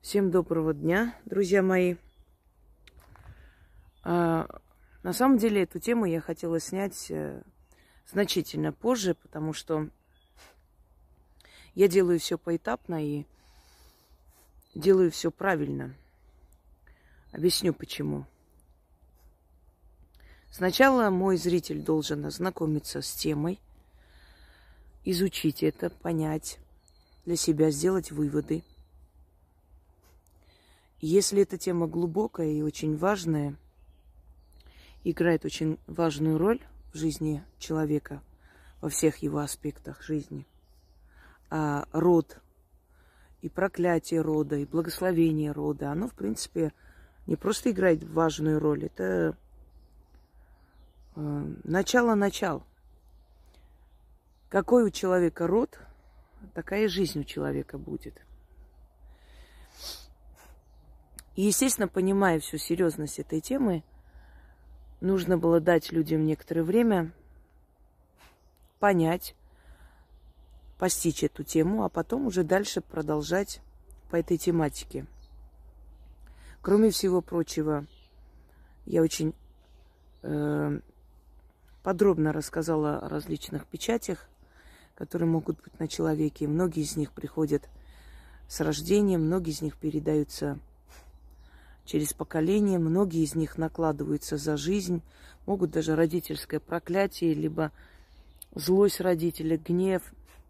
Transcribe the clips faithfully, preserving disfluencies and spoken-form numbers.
Всем доброго дня, друзья мои. А, на самом деле эту тему я хотела снять э, значительно позже, потому что я делаю все поэтапно и делаю все правильно. Объясню почему. Сначала мой зритель должен ознакомиться с темой, изучить это, понять для себя, сделать выводы. Если эта тема глубокая и очень важная, играет очень важную роль в жизни человека, во всех его аспектах жизни, а род и проклятие рода, и благословение рода, оно, в принципе, не просто играет важную роль, это э, начало-начал. Какой у человека род, такая жизнь у человека будет. И, естественно, понимая всю серьезность этой темы, нужно было дать людям некоторое время понять, постичь эту тему, а потом уже дальше продолжать по этой тематике. Кроме всего прочего, я очень э, подробно рассказала о различных печатях, которые могут быть на человеке. Многие из них приходят с рождения, многие из них передаются через поколение, многие из них накладываются за жизнь, могут даже родительское проклятие, либо злость родителя, гнев,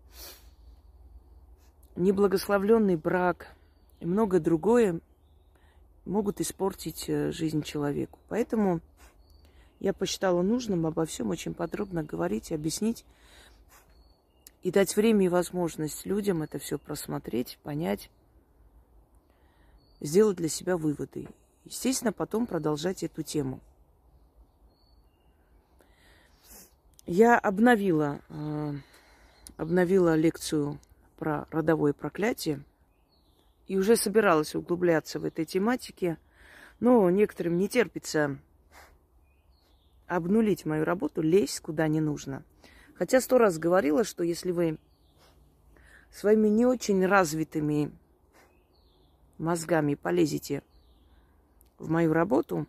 неблагословленный брак и многое другое могут испортить жизнь человеку. Поэтому я посчитала нужным обо всем очень подробно говорить, объяснить и дать время и возможность людям это все просмотреть, понять, сделать для себя выводы. Естественно, потом продолжать эту тему. Я обновила, э, обновила лекцию про родовое проклятие и уже собиралась углубляться в этой тематике, но некоторым не терпится обнулить мою работу, лезть куда не нужно. Хотя сто раз говорила, что если вы своими не очень развитыми мозгами полезете в мою работу,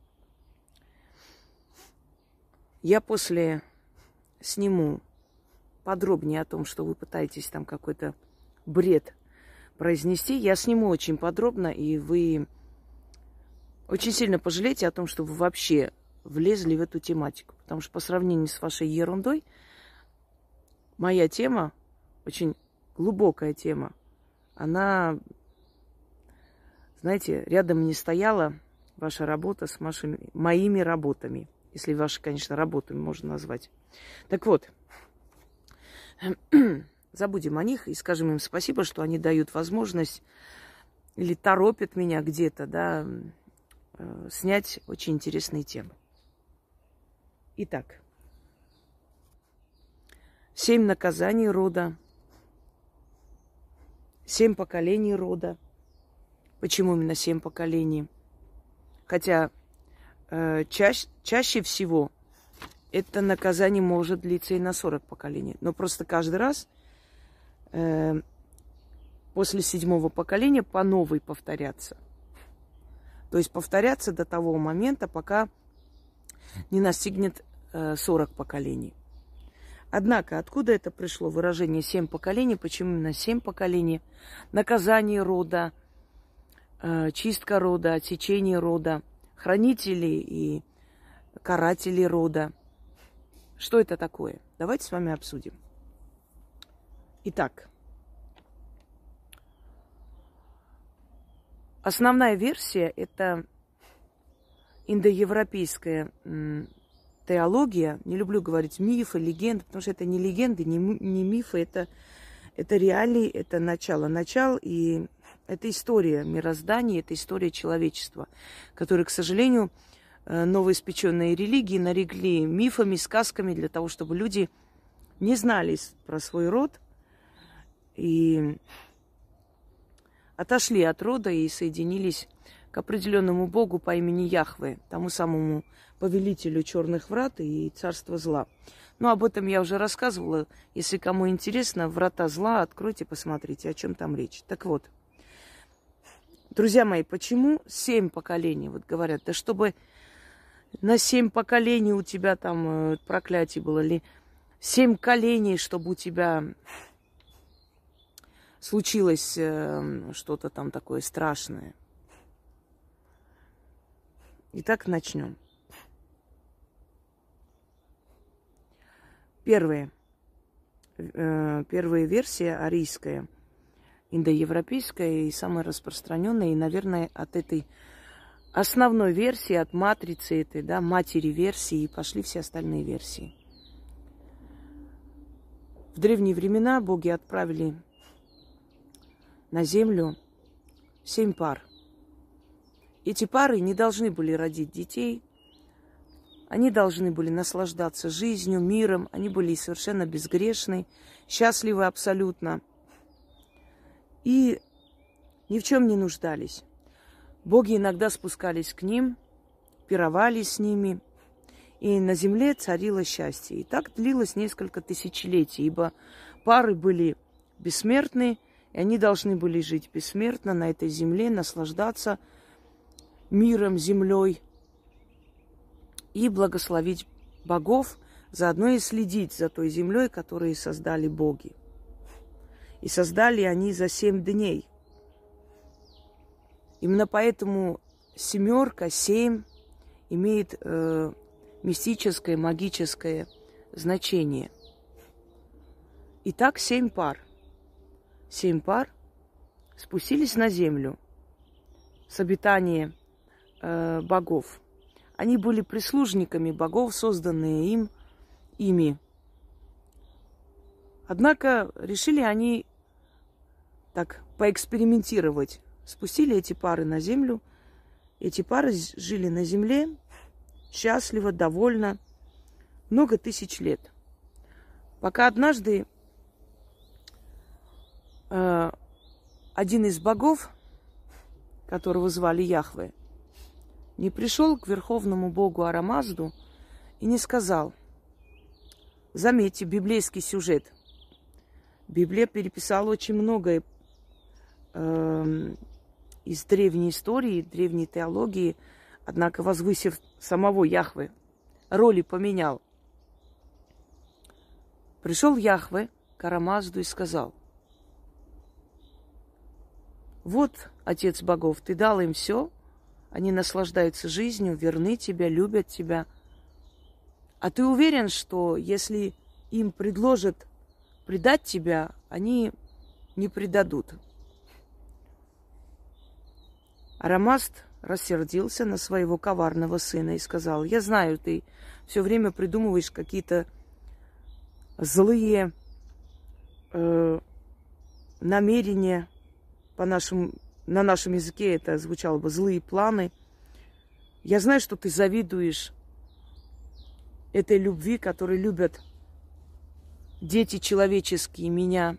я после сниму подробнее о том, что вы пытаетесь там какой-то бред произнести. Я сниму очень подробно, и вы очень сильно пожалеете о том, что вы вообще влезли в эту тематику. Потому что по сравнению с вашей ерундой, моя тема, очень глубокая тема, она, знаете, рядом не стояла ваша работа с вашими, моими работами. Если ваши, конечно, работами можно назвать. Так вот, забудем о них и скажем им спасибо, что они дают возможность или торопят меня где-то, да, снять очень интересные темы. Итак, семь наказаний рода, семь поколений рода. Почему именно семь поколений? Хотя э, чаще, чаще всего это наказание может длиться и на сорок поколений. Но просто каждый раз э, после седьмого поколения по новой повторяться. То есть повторяться до того момента, пока не настигнет э, сорок поколений. Однако, откуда это пришло выражение семь поколений? Почему именно семь поколений? Наказание рода, чистка рода, отсечение рода, хранители и каратели рода. Что это такое? Давайте с вами обсудим. Итак, основная версия – это индоевропейская теология. Не люблю говорить мифы, легенды, потому что это не легенды, не, не мифы, это, это реалии, это начало. Начал и это история мироздания, это история человечества, которые, к сожалению, новоиспеченные религии нарекли мифами, сказками для того, чтобы люди не знали про свой род и отошли от рода и соединились к определенному богу по имени Яхве, тому самому повелителю черных врат и царства зла. Но об этом я уже рассказывала. Если кому интересно, врата зла, откройте, посмотрите, о чем там речь. Так вот, Друзья мои, почему семь поколений? Вот говорят, да чтобы на семь поколений у тебя там э, проклятие было, или семь коленей, чтобы у тебя случилось э, что-то там такое страшное. Итак, начнем. Первое. Э, первая версия арийская, индоевропейская и самая распространенная, и, наверное, от этой основной версии, от матрицы этой, да, матери версии, пошли все остальные версии. В древние времена боги отправили на землю семь пар. Эти пары не должны были родить детей, они должны были наслаждаться жизнью, миром, они были совершенно безгрешны, счастливы абсолютно и ни в чем не нуждались. Боги иногда спускались к ним, пировали с ними, и на земле царило счастье. И так длилось несколько тысячелетий, ибо пары были бессмертны, и они должны были жить бессмертно на этой земле, наслаждаться миром, землей и благословить богов, заодно и следить за той землей, которую создали боги. И создали они за семь дней. Именно поэтому семерка, семь имеет э, мистическое, магическое значение. Итак, семь пар. Семь пар спустились на землю с обитания э, богов. Они были прислужниками богов, созданные им, ими. Однако решили они так поэкспериментировать. Спустили эти пары на землю. Эти пары жили на земле счастливо, довольно, много тысяч лет. Пока однажды э, один из богов, которого звали Яхве, не пришел к верховному богу Арамазду и не сказал. Заметьте, библейский сюжет. Библия переписала очень многое э, из древней истории, древней теологии, однако возвысив самого Яхве, роли поменял. Пришел Яхве к Арамазду и сказал: вот, Отец богов, ты дал им все, они наслаждаются жизнью, верны тебе, любят тебя. А ты уверен, что если им предложат предать тебя, они не предадут? Арамазд рассердился на своего коварного сына и сказал: я знаю, ты все время придумываешь какие-то злые э, намерения, по нашему, на нашем языке это звучало бы злые планы. Я знаю, что ты завидуешь этой любви, которую любят дети человеческие, меня.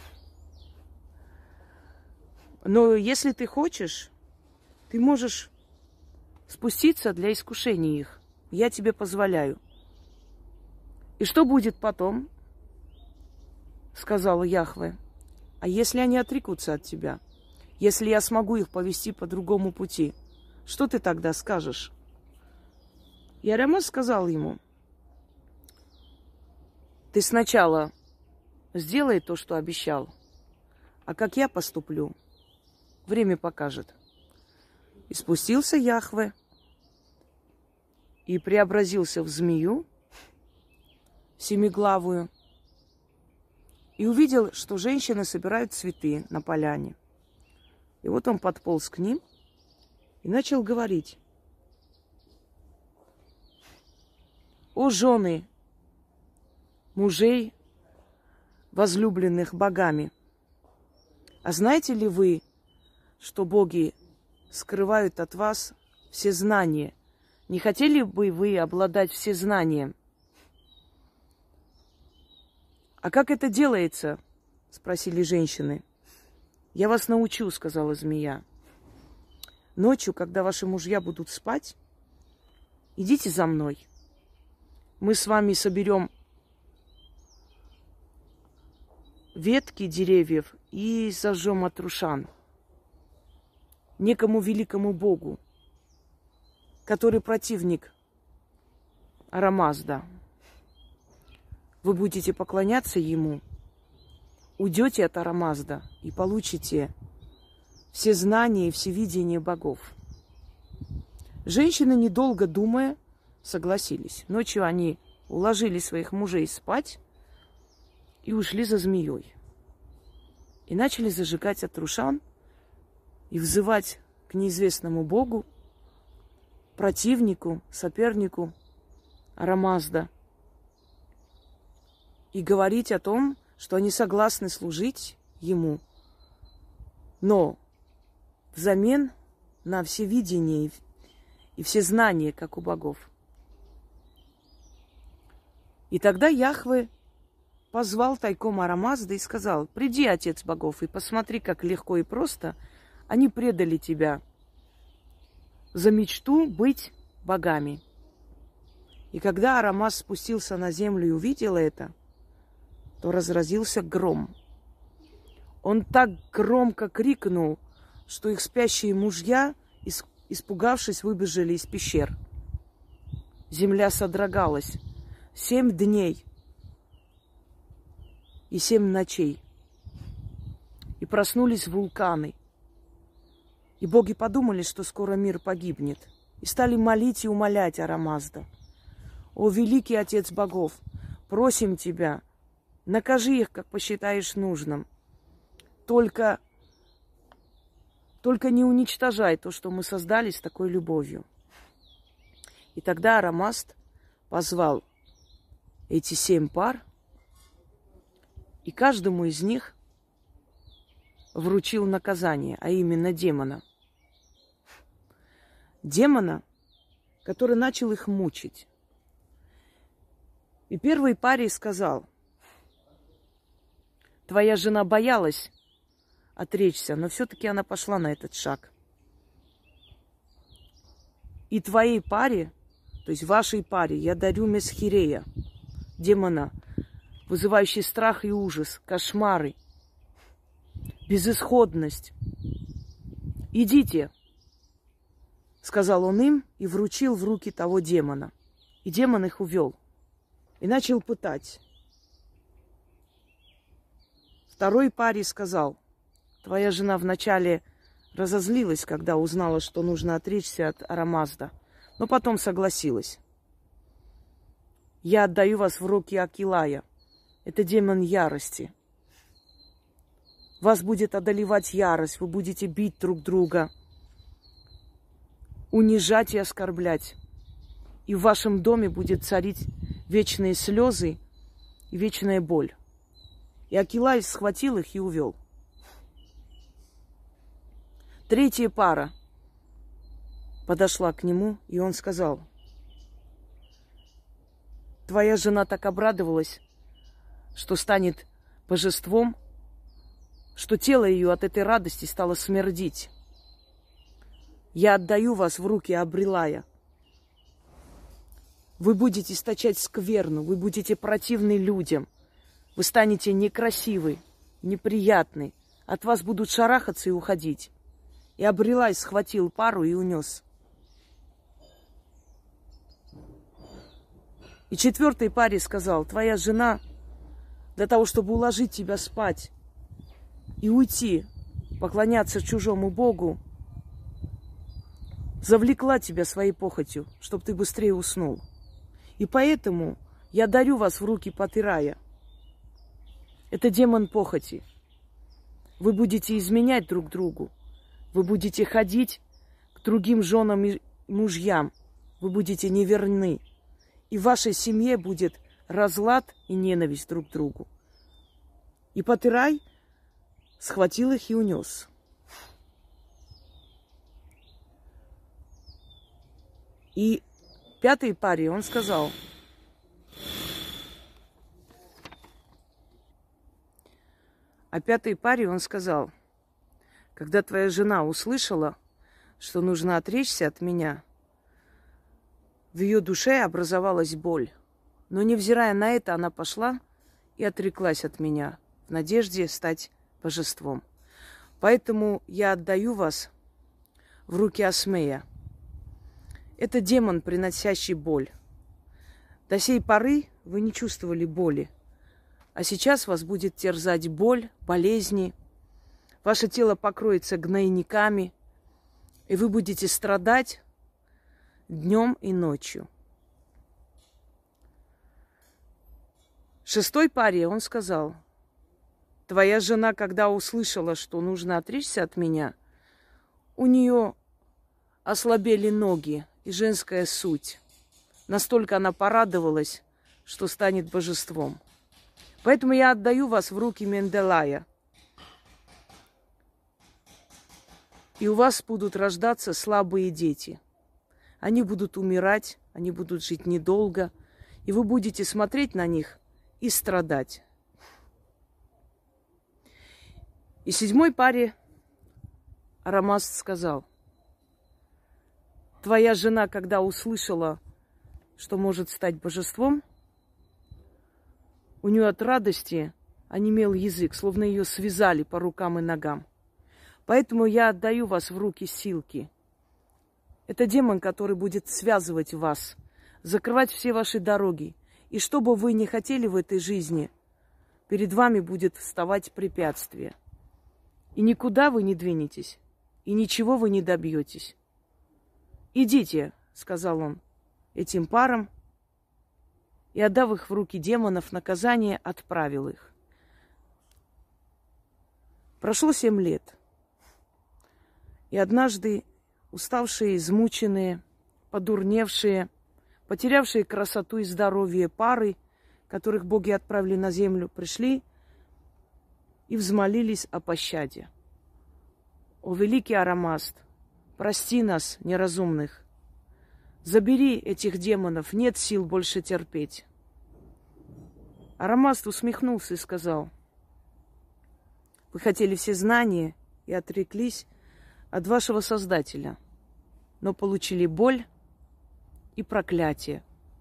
Но если ты хочешь, ты можешь спуститься для искушения их. Я тебе позволяю. И что будет потом? Сказала Яхве. А если они отрекутся от тебя? Если я смогу их повести по другому пути, что ты тогда скажешь? И Арамаз сказал ему: ты сначала сделай то, что обещал, а как я поступлю, время покажет. И спустился Яхве и преобразился в змею семиглавую и увидел, что женщины собирают цветы на поляне. И вот он подполз к ним и начал говорить: о жены мужей, возлюбленных богами, а знаете ли вы, что боги скрывают от вас все знания? Не хотели бы вы обладать всезнанием? А как это делается? Спросили женщины. Я вас научу, сказала змея. Ночью, когда ваши мужья будут спать, идите за мной. Мы с вами соберем ветки деревьев и зажжем атрушан. некому великому богу, который противник Арамазда. Вы будете поклоняться ему, уйдете от Арамазда и получите все знания и всевидение богов. Женщины, недолго думая, согласились. Ночью они уложили своих мужей спать и ушли за змеей. И начали зажигать Атрушан и взывать к неизвестному богу, противнику, сопернику Арамазда. И говорить о том, что они согласны служить ему, но взамен на всевидение и все знания, как у богов. И тогда Яхве позвал тайком Арамазда и сказал: приди, отец богов, и посмотри, как легко и просто они предали тебя за мечту быть богами. И когда Арамаз спустился на землю и увидел это, то разразился гром. Он так громко крикнул, что их спящие мужья, испугавшись, выбежали из пещер. Земля содрогалась. Семь дней и семь ночей. И проснулись вулканы. И боги подумали, что скоро мир погибнет. И стали молить и умолять Арамазда: «О, великий отец богов, просим тебя, накажи их, как посчитаешь нужным. Только, только не уничтожай то, что мы создали с такой любовью». И тогда Арамазд позвал эти семь пар, и каждому из них вручил наказание, а именно демона. Демона, который начал их мучить. И первой паре сказал: твоя жена боялась отречься, но все-таки она пошла на этот шаг. И твоей паре, то есть вашей паре, я дарю Месхирея, демона, вызывающий страх и ужас, кошмары, безысходность. Идите, сказал он им и вручил в руки того демона. И демон их увел и начал пытать. Второй паре сказал: твоя жена вначале разозлилась, когда узнала, что нужно отречься от Арамазда, но потом согласилась. Я отдаю вас в руки Акилая. Это демон ярости. Вас будет одолевать ярость, вы будете бить друг друга, унижать и оскорблять. И в вашем доме будет царить вечные слезы и вечная боль. И Акилай схватил их и увел. Третья пара подошла к нему, и он сказал: твоя жена так обрадовалась, что станет божеством, что тело ее от этой радости стало смердить. Я отдаю вас в руки Абрилая. Вы будете источать скверну, вы будете противны людям, вы станете некрасивы, неприятны, от вас будут шарахаться и уходить. И Абрилай схватил пару и унес. И четвертой паре сказал: твоя жена для того, чтобы уложить тебя спать и уйти, поклоняться чужому богу, завлекла тебя своей похотью, чтобы ты быстрее уснул. И поэтому я дарю вас в руки Патырая. Это демон похоти. Вы будете изменять друг другу. Вы будете ходить к другим женам и мужьям. Вы будете неверны. И в вашей семье будет разлад и ненависть друг к другу. И Патырай схватил их и унес. И пятой паре он сказал: а пятой паре он сказал: когда твоя жена услышала, что нужно отречься от меня, в ее душе образовалась боль. Но, невзирая на это, она пошла и отреклась от меня в надежде стать божеством. Поэтому я отдаю вас в руки Осмея. Это демон, приносящий боль. До сей поры вы не чувствовали боли, а сейчас вас будет терзать боль, болезни. Ваше тело покроется гнойниками, и вы будете страдать днем и ночью. Шестой паре он сказал: твоя жена, когда услышала, что нужно отречься от меня, у нее ослабели ноги и женская суть. Настолько она порадовалась, что станет божеством. Поэтому я отдаю вас в руки Менделая. И у вас будут рождаться слабые дети. Они будут умирать, они будут жить недолго, и вы будете смотреть на них и страдать. И седьмой паре Арамаст сказал: твоя жена, когда услышала, что может стать божеством, у нее от радости онемел язык, словно ее связали по рукам и ногам. Поэтому я отдаю вас в руки Силки. Это демон, который будет связывать вас, закрывать все ваши дороги. И что бы вы ни хотели в этой жизни, перед вами будет вставать препятствие. И никуда вы не двинетесь, и ничего вы не добьетесь. «Идите», — сказал он этим парам, и, отдав их в руки демонов, наказание отправил их. Прошло семь лет, и однажды уставшие, измученные, подурневшие, потерявшие красоту и здоровье пары, которых боги отправили на землю, пришли и взмолились о пощаде. «О, великий Арамаст, прости нас, неразумных! Забери этих демонов, нет сил больше терпеть». Арамаст усмехнулся и сказал: вы хотели все знания и отреклись от вашего Создателя, но получили боль и проклятие.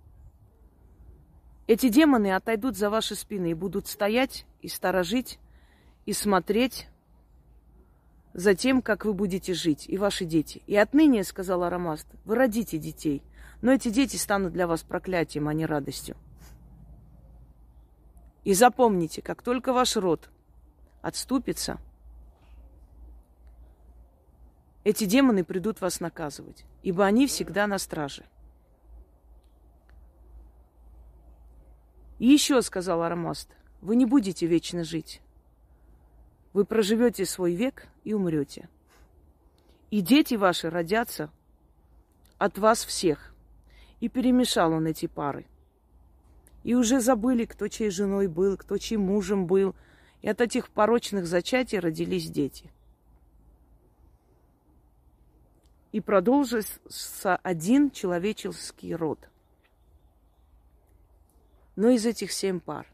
Эти демоны отойдут за ваши спины и будут стоять и сторожить, и смотреть за тем, как вы будете жить, и ваши дети. И отныне, сказал Арамаст, вы родите детей, но эти дети станут для вас проклятием, а не радостью. И запомните, как только ваш род отступится, эти демоны придут вас наказывать, ибо они всегда на страже. И еще, сказал Арамаст, вы не будете вечно жить. Вы проживете свой век и умрете. И дети ваши родятся от вас всех. И перемешал он эти пары. И уже забыли, кто чьей женой был, кто чьим мужем был. И от этих порочных зачатий родились дети. И продолжился один человеческий род. Но из этих семь пар.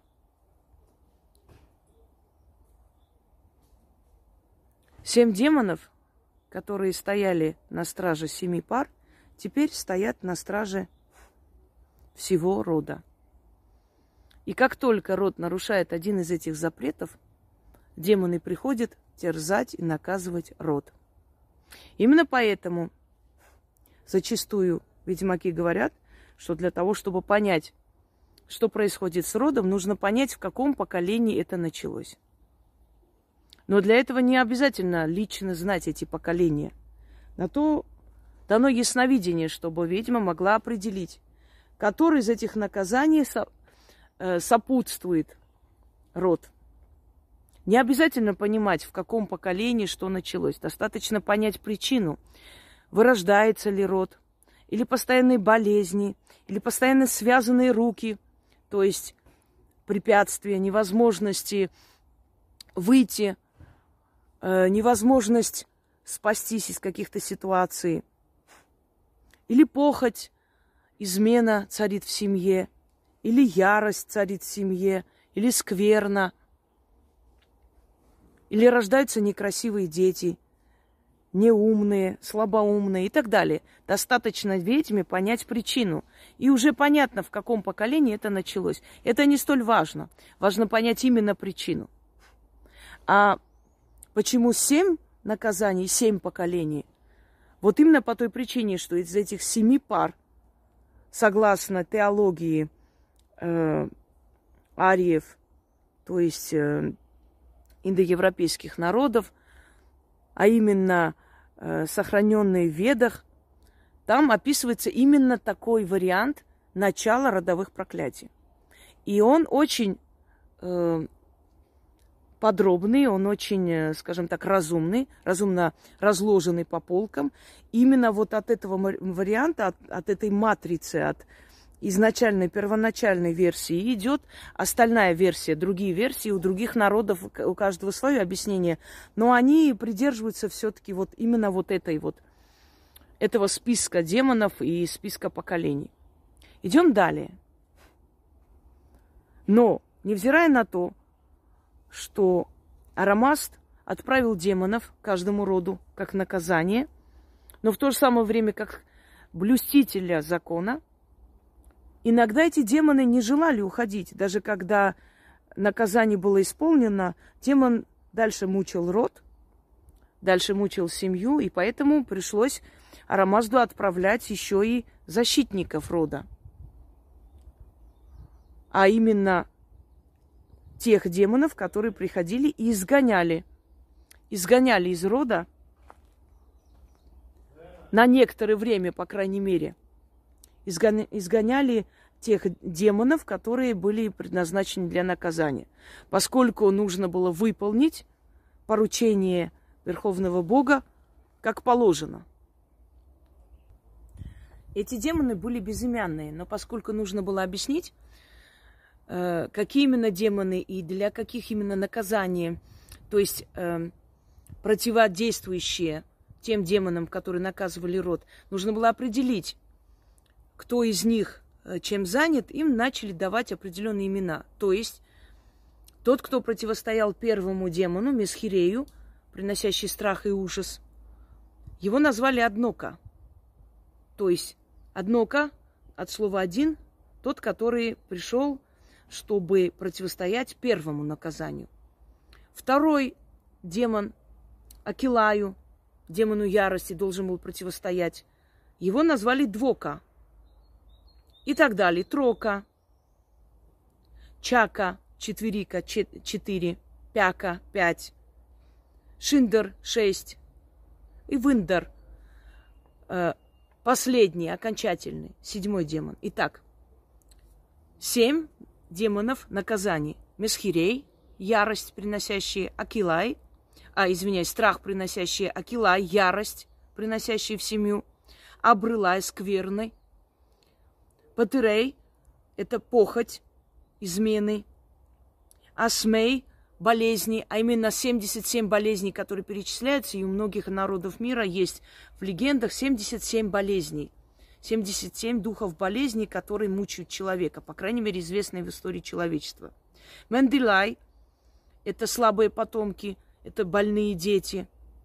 Семь демонов, которые стояли на страже семи пар, теперь стоят на страже всего рода. И как только род нарушает один из этих запретов, демоны приходят терзать и наказывать род. Именно поэтому зачастую ведьмаки говорят, что для того, чтобы понять, что происходит с родом, нужно понять, в каком поколении это началось. Но для этого не обязательно лично знать эти поколения. На то дано ясновидение, чтобы ведьма могла определить, который из этих наказаний сопутствует род. Не обязательно понимать, в каком поколении что началось. Достаточно понять причину. Вырождается ли род, или постоянные болезни, или постоянно связанные руки, то есть препятствия, невозможности выйти, э, невозможность спастись из каких-то ситуаций, или похоть, измена царит в семье, или ярость царит в семье, или скверна, или рождаются некрасивые дети, неумные, слабоумные и так далее. Достаточно ведьме понять причину. И уже понятно, в каком поколении это началось. Это не столь важно. Важно понять именно причину. А почему семь наказаний, семь поколений? Вот именно по той причине, что из этих семи пар, согласно теологии э, ариев, то есть э, индоевропейских народов, а именно э, сохраненные в Ведах, там описывается именно такой вариант начала родовых проклятий. И он очень э, подробный, он очень, скажем так, разумный, разумно разложенный по полкам. Именно вот от этого варианта, от, от этой матрицы, от изначальной, первоначальной версии идет остальная версия, другие версии, у других народов, у каждого свое объяснение. Но они придерживаются все-таки вот именно вот этой вот, этого списка демонов и списка поколений. Идем далее. Но, невзирая на то, что Арамаст отправил демонов каждому роду как наказание, но в то же самое время как блюстителя закона, иногда эти демоны не желали уходить. Даже когда наказание было исполнено, демон дальше мучил род, дальше мучил семью, и поэтому пришлось Арамазду отправлять еще и защитников рода. А именно тех демонов, которые приходили и изгоняли. Изгоняли из рода на некоторое время, по крайней мере. Изгоня... Изгоняли тех демонов, которые были предназначены для наказания. Поскольку нужно было выполнить поручение Верховного Бога как положено. Эти демоны были безымянные, но поскольку нужно было объяснить, какие именно демоны и для каких именно наказаний, то есть э, противодействующие тем демонам, которые наказывали род, нужно было определить, кто из них чем занят, им начали давать определенные имена. То есть тот, кто противостоял первому демону, Месхирею, приносящий страх и ужас, его назвали Однока. То есть Однока, от слова один, тот, который пришел, чтобы противостоять первому наказанию. Второй демон, Акилаю, демону ярости, должен был противостоять. Его назвали Двока. И так далее. Трока, Чака, четверика, четыре, Пяка, пять, Шиндер, шесть и Виндер, последний, окончательный, седьмой демон. Итак, семь демонов наказаний. Месхирей, ярость, приносящая Акилай, а, извиняюсь, страх, приносящий Акилай, ярость, приносящая в семью, Абрылай, скверный, Патырей, это похоть, измены, Асмей, болезни, а именно семьдесят семь болезней, которые перечисляются, и у многих народов мира есть в легендах семьдесят семь болезней. семьдесят семь духов болезней, которые мучают человека, по крайней мере, известные в истории человечества. Менделай – это слабые потомки, это больные дети.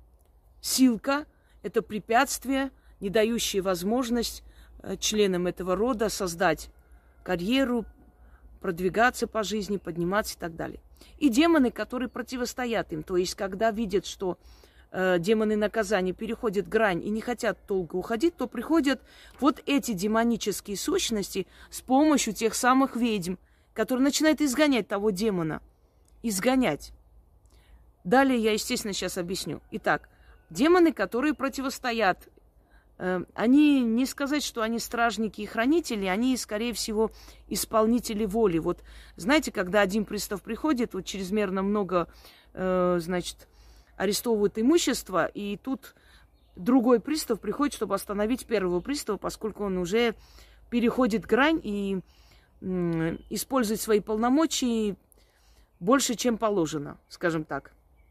Силка – это препятствие, не дающее возможность членам этого рода создать карьеру, продвигаться по жизни, подниматься и так далее. И демоны, которые противостоят им, то есть когда видят, что э, демоны наказания переходят грань и не хотят долго уходить, то приходят вот эти демонические сущности с помощью тех самых ведьм, которые начинают изгонять того демона. Изгонять. Далее я, естественно, сейчас объясню. Итак, демоны, которые противостоят, э, они, не сказать, что они стражники и хранители, они, скорее всего, исполнители воли. Вот, знаете, когда один пристав приходит, вот чрезмерно много, э, значит, арестовывают имущество, и тут другой пристав приходит, чтобы остановить первого пристава, поскольку он уже переходит грань и э, использует свои полномочия больше, чем положено, скажем так.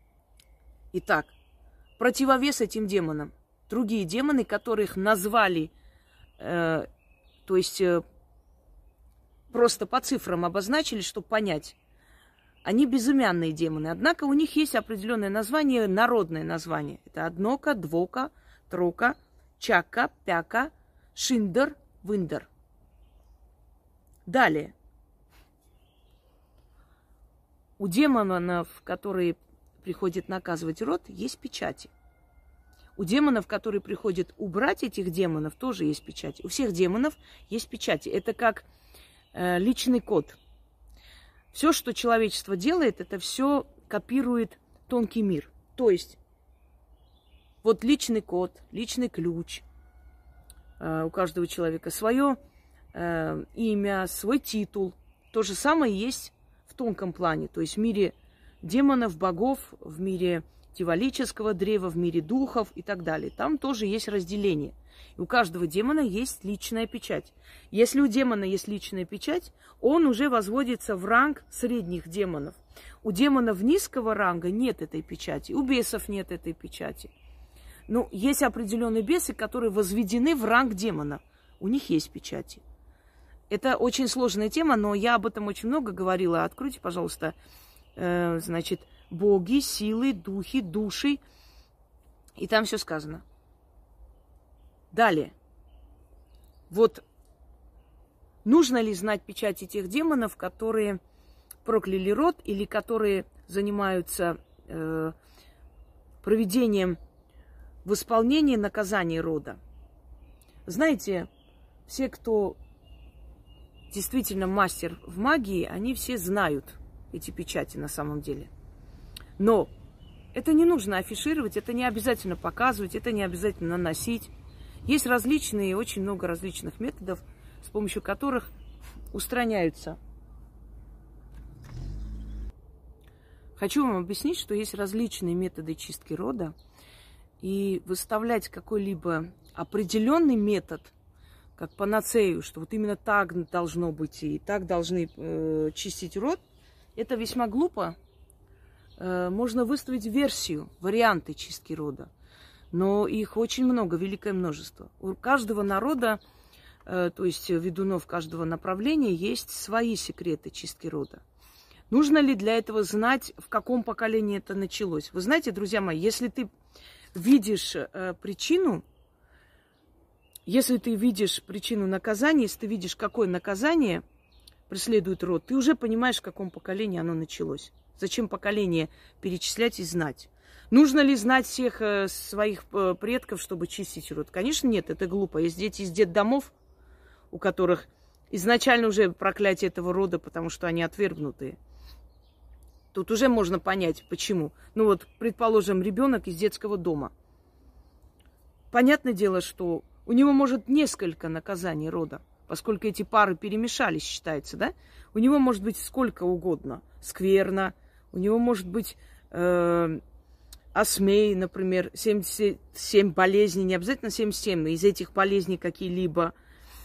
Итак, противовес этим демонам. Другие демоны, которых назвали, э, то есть э, просто по цифрам обозначили, чтобы понять. Они безымянные демоны, однако у них есть определенное название, народное название. Это Однока, Двока, Трока, Чака, Пяка, Шиндер, Виндер. Далее. У демонов, которые приходят наказывать род, есть печати. У демонов, которые приходят убрать этих демонов, тоже есть печати. У всех демонов есть печати. Это как э, личный код. Все, что человечество делает, это все копирует тонкий мир. То есть вот личный код, личный ключ э, у каждого человека, свое э, имя, свой титул. То же самое есть в тонком плане, то есть в мире демонов, богов, в мире дьяволического древа, в мире духов и так далее. Там тоже есть разделение. И у каждого демона есть личная печать. Если у демона есть личная печать, он уже возводится в ранг средних демонов. У демонов низкого ранга нет этой печати, у бесов нет этой печати. Ну, есть определенные бесы, которые возведены в ранг демона. У них есть печати. Это очень сложная тема, но я об этом очень много говорила. Откройте, пожалуйста, э, значит, боги, силы, духи, души. И там все сказано. Далее. Вот нужно ли знать печати тех демонов, которые прокляли род или которые занимаются э, проведением в исполнении наказания рода? Знаете, все, кто действительно мастер в магии, они все знают эти печати на самом деле. Но это не нужно афишировать, это не обязательно показывать, это не обязательно наносить. Есть различные, очень много различных методов, с помощью которых устраняются. Хочу вам объяснить, что есть различные методы чистки рода, и выставлять какой-либо определенный метод, как панацею, что вот именно так должно быть и так должны э, чистить род, это весьма глупо. Э, можно выставить версию, варианты чистки рода, но их очень много, великое множество. У каждого народа, э, то есть ведунов каждого направления, есть свои секреты чистки рода. Нужно ли для этого знать, в каком поколении это началось? Вы знаете, друзья мои, если ты видишь э, причину, если ты видишь причину наказания, если ты видишь, какое наказание преследует род, ты уже понимаешь, в каком поколении оно началось. Зачем поколение перечислять и знать? Нужно ли знать всех э, своих э, предков, чтобы чистить род? Конечно, нет, это глупо. Есть дети из детдомов, у которых изначально уже проклятие этого рода, потому что они отвергнутые. Тут уже можно понять, почему. Ну вот, предположим, ребенок из детского дома. Понятное дело, что у него может несколько наказаний рода, поскольку эти пары перемешались, считается, да? У него может быть сколько угодно. Скверно, у него может быть э, осмей, например, семьдесят семь болезней, не обязательно семьдесят семь, но из этих болезней какие-либо.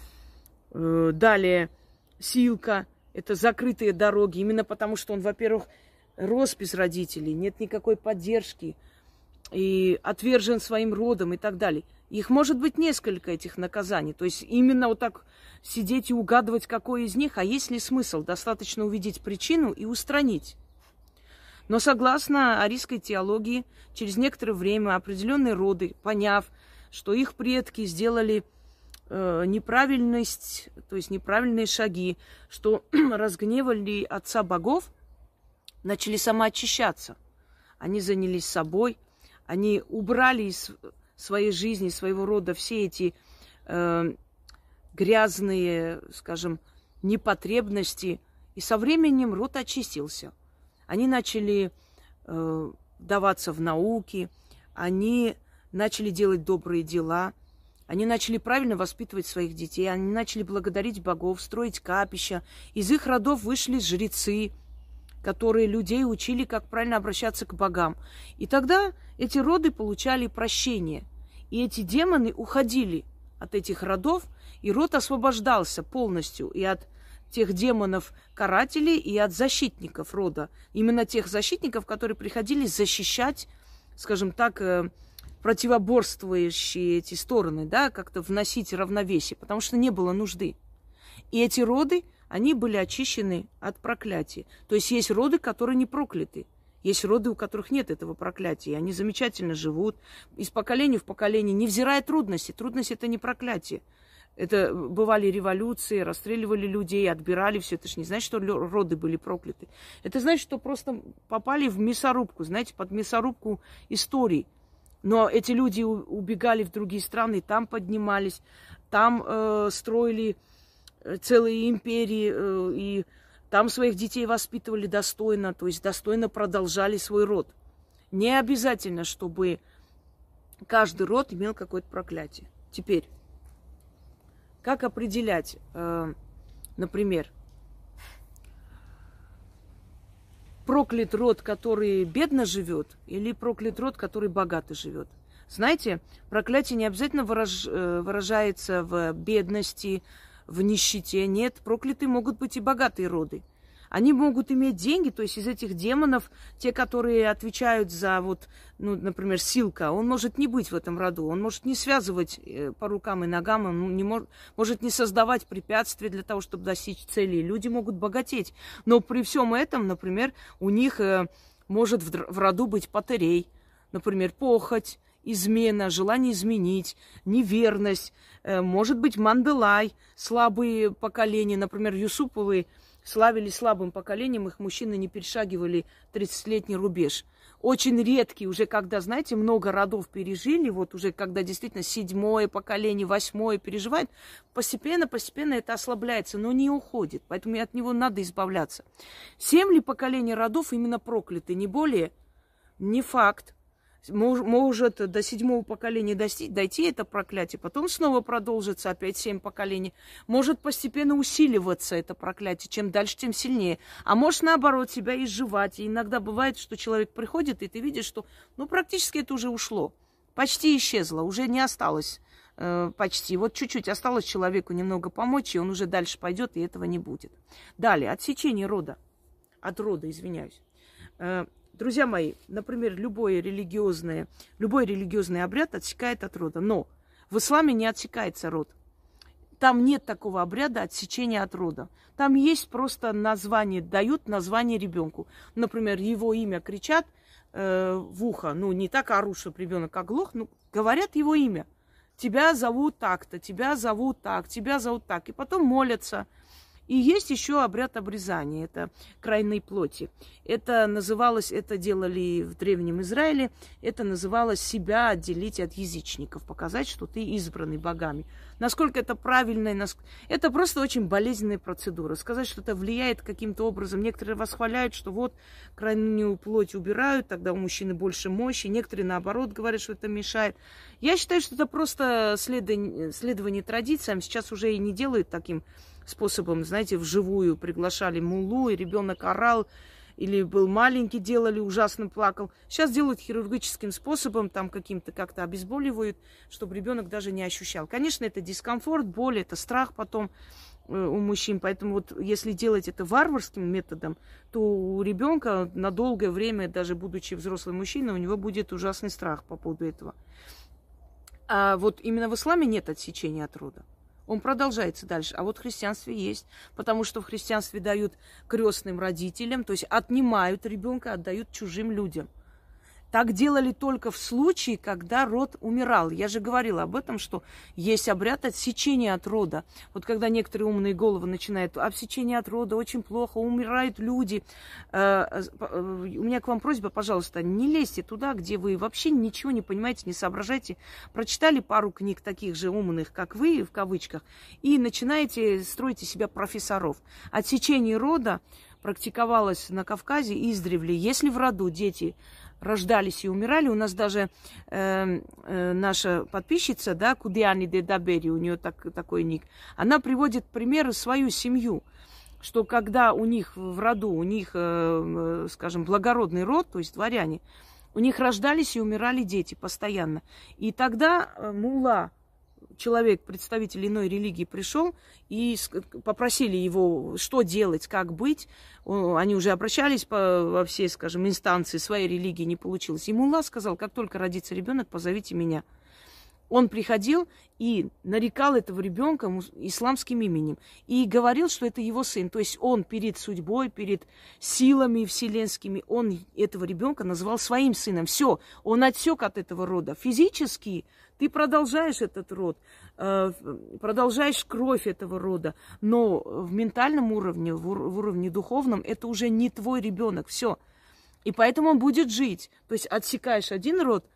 Э, далее, силка, это закрытые дороги, именно потому что он, во-первых, рос без родителей, нет никакой поддержки, и отвержен своим родом и так далее. Их может быть несколько, этих наказаний. То есть именно вот так сидеть и угадывать, какой из них, а есть ли смысл? Достаточно увидеть причину и устранить. Но согласно арийской теологии, через некоторое время определенные роды, поняв, что их предки сделали э, неправильность, то есть неправильные шаги, что разгневали отца богов, начали самоочищаться. Они занялись собой, они убрали из своей жизни, своего рода все эти э, грязные, скажем, непотребности. И со временем род очистился. Они начали э, вдаваться в науки, они начали делать добрые дела, они начали правильно воспитывать своих детей, они начали благодарить богов, строить капища. Из их родов вышли жрецы, которые людей учили, как правильно обращаться к богам. И тогда эти роды получали прощение. И эти демоны уходили от этих родов, и род освобождался полностью и от тех демонов-карателей, и от защитников рода. Именно тех защитников, которые приходили защищать, скажем так, противоборствующие эти стороны, да, как-то вносить равновесие, потому что не было нужды. И эти роды, они были очищены от проклятия. То есть есть роды, которые не прокляты. Есть роды, у которых нет этого проклятия. Они замечательно живут из поколения в поколение, невзирая трудности. Трудность – это не проклятие. Это бывали революции, расстреливали людей, отбирали все. Это же не значит, что роды были прокляты. Это значит, что просто попали в мясорубку, знаете, под мясорубку истории. Но эти люди убегали в другие страны, там поднимались, там э, строили целые империи, э, и там своих детей воспитывали достойно, то есть достойно продолжали свой род. Не обязательно, чтобы каждый род имел какое-то проклятие. Теперь, как определять, э, например, проклят род, который бедно живет, или проклят род, который богато живет? Знаете, проклятие не обязательно выраж, выражается в бедности, в нищете. Нет, прокляты могут быть и богатые роды. Они могут иметь деньги, то есть из этих демонов, те, которые отвечают за, вот, ну, например, Силка, он может не быть в этом роду, он может не связывать по рукам и ногам, он не может, может не создавать препятствия для того, чтобы достичь цели. Люди могут богатеть. Но при всем этом, например, у них э, может в, в роду быть патерей, например, похоть, измена, желание изменить, неверность, э, может быть Манделай, слабые поколения, например, Юсуповы славились слабым поколением, их мужчины не перешагивали тридцатилетний рубеж. Очень редкий, уже когда, знаете, много родов пережили, вот уже когда действительно седьмое поколение, восьмое переживает, постепенно, постепенно это ослабляется, но не уходит, поэтому от него надо избавляться. Семь ли поколений родов именно прокляты, не более, не факт. Может до седьмого поколения достичь, дойти это проклятие, потом снова продолжится опять семь поколений. Может постепенно усиливаться это проклятие, чем дальше, тем сильнее. А может наоборот себя изживать. И иногда бывает, что человек приходит, и ты видишь, что ну практически это уже ушло, почти исчезло, уже не осталось э, почти. Вот чуть-чуть осталось человеку немного помочь, и он уже дальше пойдет, и этого не будет. Далее, отсечение рода, от рода, извиняюсь. Э, Друзья мои, например, любое религиозное, любой религиозный обряд отсекает от рода. Но в исламе не отсекается род. Там нет такого обряда отсечения от рода. Там есть просто название, дают название ребенку. Например, его имя кричат э, в ухо. Ну, не так орут, чтобы ребенок оглох, но говорят его имя. Тебя зовут так-то, тебя зовут так, тебя зовут так. И потом молятся. И есть еще обряд обрезания, это крайней плоти. Это называлось, это делали в Древнем Израиле, это называлось себя отделить от язычников, показать, что ты избранный богами. Насколько это правильно, это просто очень болезненная процедура. Сказать, что это влияет каким-то образом. Некоторые восхваляют, что вот крайнюю плоть убирают, тогда у мужчины больше мощи. Некоторые, наоборот, говорят, что это мешает. Я считаю, что это просто следование, следование традициям. Сейчас уже и не делают таким способом, знаете, вживую приглашали муллу, и ребенок орал, или был маленький, делали, ужасно плакал. Сейчас делают хирургическим способом, там каким-то как-то обезболивают, чтобы ребенок даже не ощущал. Конечно, это дискомфорт, боль, это страх потом э, у мужчин. Поэтому вот если делать это варварским методом, то у ребенка на долгое время, даже будучи взрослым мужчиной, у него будет ужасный страх по поводу этого. А вот именно в исламе нет отсечения от рода. Он продолжается дальше. А вот в христианстве есть. Потому что в христианстве дают крестным родителям, то есть отнимают ребенка, отдают чужим людям. Так делали только в случае, когда род умирал. Я же говорила об этом, что есть обряд отсечения от рода. Вот когда некоторые умные головы начинают, отсечение от рода очень плохо, умирают люди. У меня к вам просьба, пожалуйста, не лезьте туда, где вы вообще ничего не понимаете, не соображаете. Прочитали пару книг таких же умных, как вы, в кавычках, и начинаете строить из себя профессоров. Отсечение рода практиковалось на Кавказе издревле. Если в роду дети рождались и умирали. У нас даже э, э, наша подписчица, да, Кудиани де Дабери, у нее так, такой ник, она приводит примеры свою семью, что когда у них в роду, у них, э, скажем, благородный род, то есть дворяне, у них рождались и умирали дети постоянно. И тогда мулла, человек, представитель иной религии, пришел и попросили его, что делать, как быть. Они уже обращались по, во все, скажем, инстанции своей религии, не получилось. И мулла сказал, как только родится ребенок, позовите меня. Он приходил и нарекал этого ребенка исламским именем. И говорил, что это его сын. То есть он перед судьбой, перед силами вселенскими, он этого ребенка называл своим сыном. Все, он отсек от этого рода. Физически ты продолжаешь этот род, продолжаешь кровь этого рода. Но в ментальном уровне, в уровне духовном, это уже не твой ребенок. Все. И поэтому он будет жить. То есть отсекаешь один род,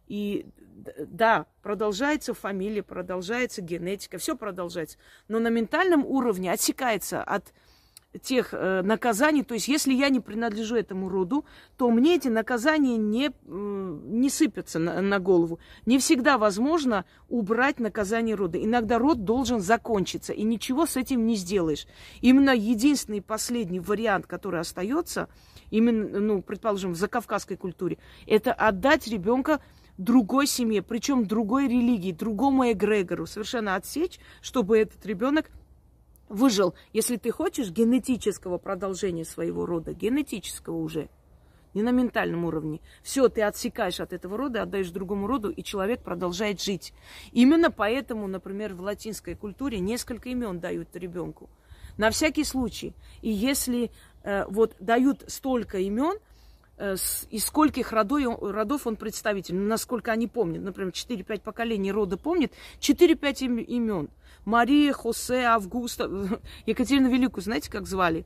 И да, продолжается фамилия, продолжается генетика, все продолжается. Но на ментальном уровне отсекается от тех э, наказаний. То есть, если я не принадлежу этому роду, то мне эти наказания не, э, не сыпятся на, на голову. Не всегда возможно убрать наказание рода. Иногда род должен закончиться, и ничего с этим не сделаешь. Именно единственный последний вариант, который остается, именно, ну, предположим, в закавказской культуре, это отдать ребенка другой семье, причем другой религии, другому эгрегору, совершенно отсечь, чтобы этот ребенок выжил. Если ты хочешь генетического продолжения своего рода, генетического уже, не на ментальном уровне, все, ты отсекаешь от этого рода, отдаешь другому роду, и человек продолжает жить. Именно поэтому, например, в латинской культуре несколько имен дают ребенку. На всякий случай. И если э, вот дают столько имен, э, с, из скольких родов, родов он представитель, насколько они помнят, например, четыре-пять поколений рода помнят, четыре-пять имен. Мария, Хосе, Августа. Екатерину Великую, знаете, как звали?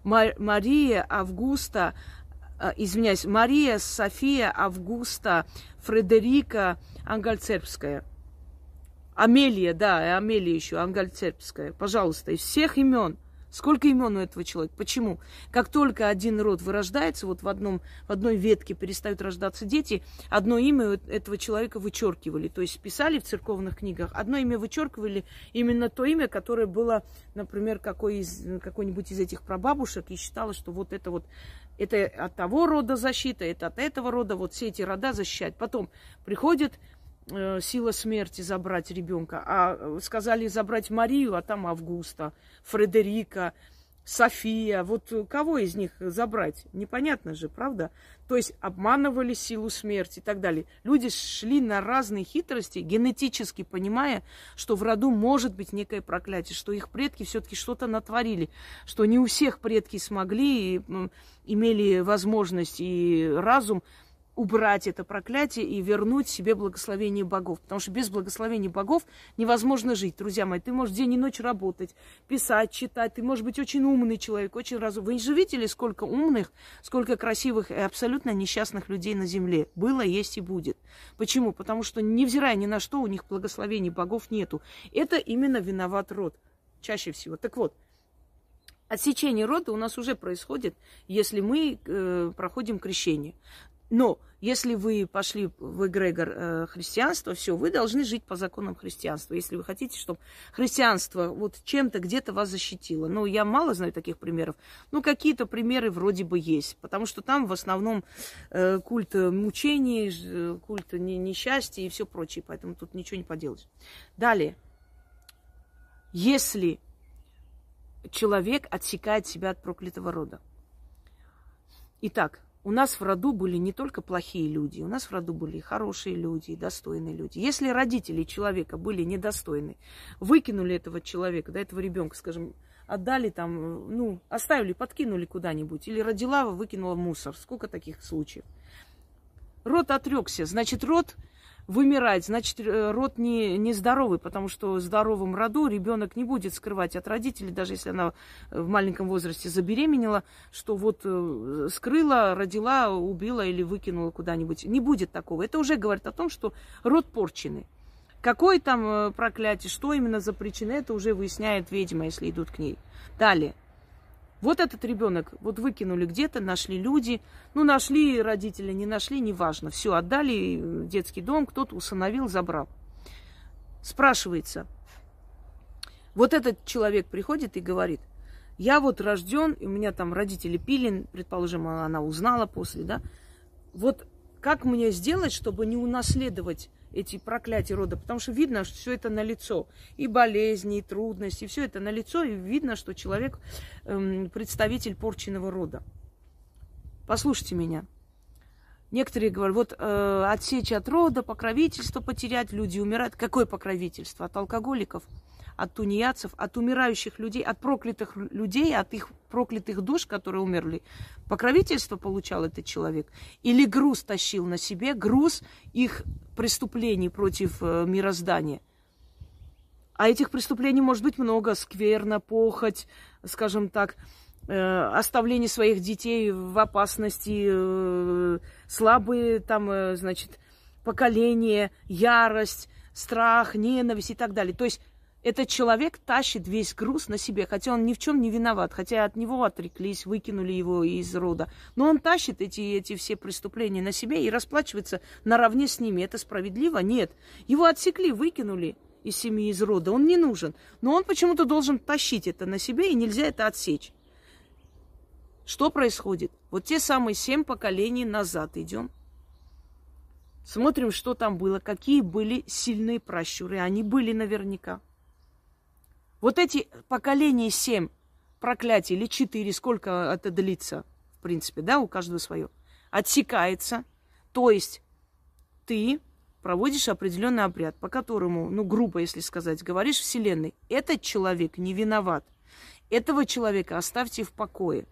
Мария, Августа, э, извиняюсь, Мария, София, Августа, Фредерика, Ангальцербская. Амелия, да, Амелия еще, Ангальцербская. Пожалуйста, из всех имен. Сколько имен у этого человека? Почему? Как только один род вырождается, вот в, одном, в одной ветке перестают рождаться дети, одно имя этого человека вычеркивали. То есть писали в церковных книгах, одно имя вычеркивали, именно то имя, которое было, например, какой из, какой-нибудь из этих прабабушек, и считалось, что вот это вот, это от того рода защита, это от этого рода, вот все эти рода защищают. Потом приходит сила смерти забрать ребенка. А сказали забрать Марию, а там Августа, Фредерика, София. Вот кого из них забрать? Непонятно же, правда? То есть обманывали силу смерти и так далее. Люди шли на разные хитрости, генетически понимая, что в роду может быть некое проклятие, что их предки все-таки что-то натворили, что не у всех предки смогли и имели возможность и разум убрать это проклятие и вернуть себе благословение богов. Потому что без благословения богов невозможно жить. Друзья мои, ты можешь день и ночь работать, писать, читать. Ты можешь быть очень умный человек, очень разумный. Вы не же видели, сколько умных, сколько красивых и абсолютно несчастных людей на земле? Было, есть и будет. Почему? Потому что, невзирая ни на что, у них благословений богов нету. Это именно виноват род. Чаще всего. Так вот, отсечение рода у нас уже происходит, если мы э, проходим крещение. Но если вы пошли в эгрегор э, христианства, все, вы должны жить по законам христианства. Если вы хотите, чтобы христианство вот чем-то где-то вас защитило. Ну, я мало знаю таких примеров. Ну, какие-то примеры вроде бы есть. Потому что там в основном э, культ мучений, культ несчастья и все прочее. Поэтому тут ничего не поделаешь. Далее. Если человек отсекает себя от проклятого рода. Итак, у нас в роду были не только плохие люди, у нас в роду были и хорошие люди, и достойные люди. Если родители человека были недостойны, выкинули этого человека, да, этого ребенка, скажем, отдали там, ну, оставили, подкинули куда-нибудь, или родила, выкинула в мусор. Сколько таких случаев? Род отрекся, значит, род вымирает, значит, род не, не здоровый, потому что в здоровом роду ребенок не будет скрывать от родителей, даже если она в маленьком возрасте забеременела, что вот скрыла, родила, убила или выкинула куда-нибудь. Не будет такого. Это уже говорит о том, что род порченный. Какое там проклятие, что именно за причина, это уже выясняет ведьма, если идут к ней. Далее. Вот этот ребенок, вот выкинули где-то, нашли люди, ну, нашли родители, не нашли, неважно. Все, отдали в детский дом, кто-то усыновил, забрал. Спрашивается, вот этот человек приходит и говорит, я вот рожден, у меня там родители пили, предположим, она узнала после, да, вот как мне сделать, чтобы не унаследовать эти проклятия рода, потому что видно, что все это налицо. И болезни, и трудности, все это налицо, и видно, что человек эм, представитель порченного рода. Послушайте меня. Некоторые говорят, вот э, отсечь от рода, покровительство потерять, люди умирают. Какое покровительство? От алкоголиков, от тунеядцев, от умирающих людей, от проклятых людей, от их проклятых душ, которые умерли. Покровительство получал этот человек? Или груз тащил на себе, груз их преступлений против э, мироздания? А этих преступлений может быть много. Скверна, похоть, скажем так, э, оставление своих детей в опасности, э, слабые там, э, значит, поколение, ярость, страх, ненависть и так далее. То есть этот человек тащит весь груз на себе, хотя он ни в чем не виноват, хотя от него отреклись, выкинули его из рода. Но он тащит эти, эти все преступления на себе и расплачивается наравне с ними. Это справедливо? Нет. Его отсекли, выкинули из семьи, из рода. Он не нужен. Но он почему-то должен тащить это на себе, и нельзя это отсечь. Что происходит? Вот те самые семь поколений назад идем. Смотрим, что там было, какие были сильные пращуры. Они были наверняка. Вот эти поколения семь проклятий, или четыре, сколько это длится, в принципе, да, у каждого свое, отсекается. То есть ты проводишь определенный обряд, по которому, ну, грубо, если сказать, говоришь Вселенной, этот человек не виноват. Этого человека оставьте в покое.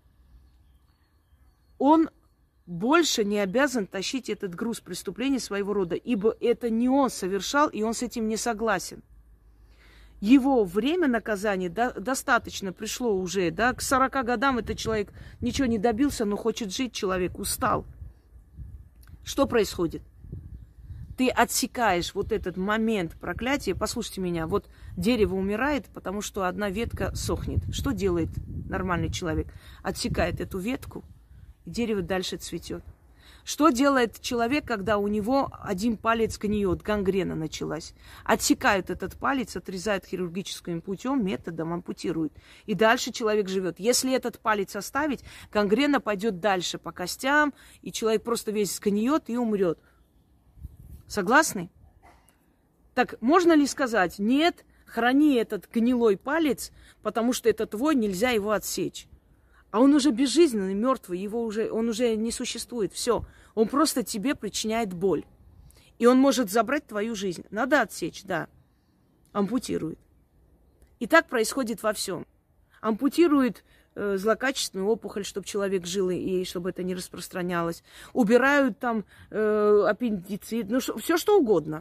Он больше не обязан тащить этот груз преступления своего рода, ибо это не он совершал, и он с этим не согласен. Его время наказания до, достаточно пришло уже, да, к сорока годам этот человек ничего не добился, но хочет жить, человек устал. Что происходит? Ты отсекаешь вот этот момент проклятия. Послушайте меня, вот дерево умирает, потому что одна ветка сохнет. Что делает нормальный человек? Отсекает эту ветку, и дерево дальше цветет. Что делает человек, когда у него один палец гниет, гангрена началась? Отсекают этот палец, отрезают хирургическим путем, методом, ампутируют. И дальше человек живет. Если этот палец оставить, гангрена пойдет дальше по костям, и человек просто весь сгниет и умрет. Согласны? Так можно ли сказать, нет, храни этот гнилой палец, потому что это твой, нельзя его отсечь? А он уже безжизненный, мертвый, его уже, он уже не существует. Все, он просто тебе причиняет боль. И он может забрать твою жизнь. Надо отсечь, да. Ампутирует. И так происходит во всем. Ампутирует э, злокачественную опухоль, чтобы человек жил, и чтобы это не распространялось. Убирают там э, аппендицит, ну все что угодно.